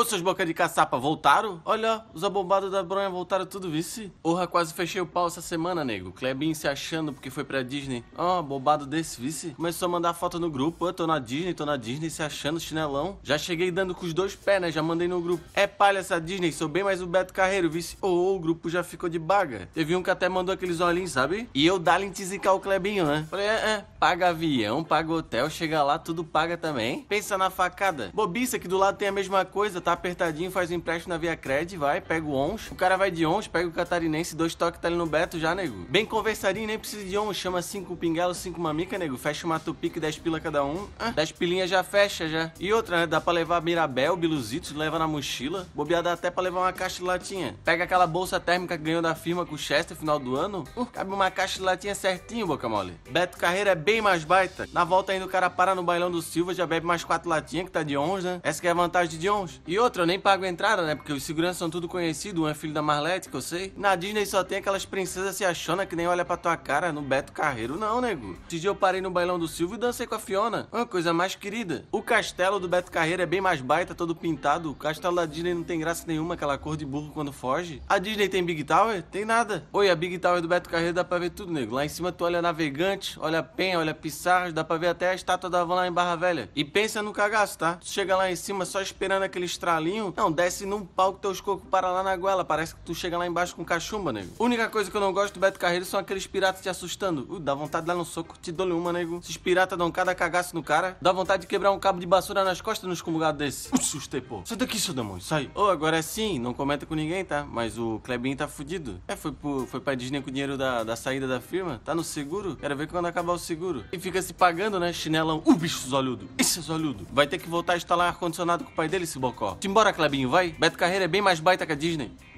Ô, seus boca de caçapa, voltaram? Olha, os abombados da bronha voltaram tudo, vice. Porra, quase fechei o pau essa semana, nego. Clebinho se achando porque foi pra Disney. Ó, bobado desse, vice. Começou a mandar foto no grupo. Tô na Disney, se achando chinelão. Já cheguei dando com os dois pés, né? Já mandei no grupo. É palha essa Disney, sou bem mais o Beto Carreiro, vice. Ô, o grupo já ficou de baga. Teve um que até mandou aqueles olhinhos, sabe? E eu dá-lhe tizicar o Clebinho, né? Falei, paga avião, paga hotel, chega lá, tudo paga também. Pensa na facada. Bobiça que do lado tem a mesma coisa, tá apertadinho, faz um empréstimo na Via Cred, vai, pega o ONS. O cara vai de ONS, pega o catarinense, 2 toques, tá ali no Beto já, nego. Bem conversadinho, nem precisa de ONS, chama 5 pinguelos, 5 mamica, nego. Fecha uma tupica e 10 pila cada um. 10 pilinhas já fecha, já. E outra, né, dá pra levar Mirabel, Biluzitos, leva na mochila. Bobeada até pra levar uma caixa de latinha. Pega aquela bolsa térmica que ganhou da firma com o Chester final do ano. Cabe uma caixa de latinha certinho, boca mole. Beto Carreiro é bem mais baita. Na volta ainda o cara para no bailão do Silva, já bebe mais 4 latinhas, que tá de ONS, né? Essa que é a vantagem de ONS. E outra, eu nem pago entrada, né? Porque os seguranças são tudo conhecidos, um é filho da Marlete, que eu sei. Na Disney só tem aquelas princesas se achando que nem olha pra tua cara. No Beto Carreiro não, nego. Esse dia eu parei no bailão do Silva e dancei com a Fiona. Uma coisa mais querida. O castelo do Beto Carreiro é bem mais baita, todo pintado. O castelo da Disney não tem graça nenhuma, aquela cor de burro quando foge. A Disney tem Big Tower? Tem nada. Oi, a Big Tower do Beto Carreiro dá pra ver tudo, nego. Lá em cima tu olha Navegante, olha Penha, olha Pissarras, dá pra ver até a estátua da van lá em Barra Velha. E pensa no cagaço, tá? Tu chega lá em cima só esperando aquele estralinho. Não, desce num pau que teus cocos para lá na goela. Parece que tu chega lá embaixo com cachumba, nego. Única coisa que eu não gosto do Beto Carreiro são aqueles piratas te assustando. Dá vontade de dar no soco, te dou-lhe uma, nego. Esses piratas dão cada cagaço no cara. Dá vontade de quebrar um cabo de vassoura nas costas nos comungados desse. Assustei, pô. Sai daqui, seu demônio, sai. Agora é sim, não comenta com ninguém, tá? Mas o Clebinho tá fudido. Foi pra Disney com o dinheiro da saída da firma. Tá no seguro? Quero ver quando acabar o seguro. E fica se pagando, né? Chinelão. Bicho zolhudo. Esse zolhudo. Vai ter que voltar a instalar ar-condicionado com o pai dele, esse bocó. Simbora, Clebinho, vai. Beto Carreiro é bem mais baita que a Disney.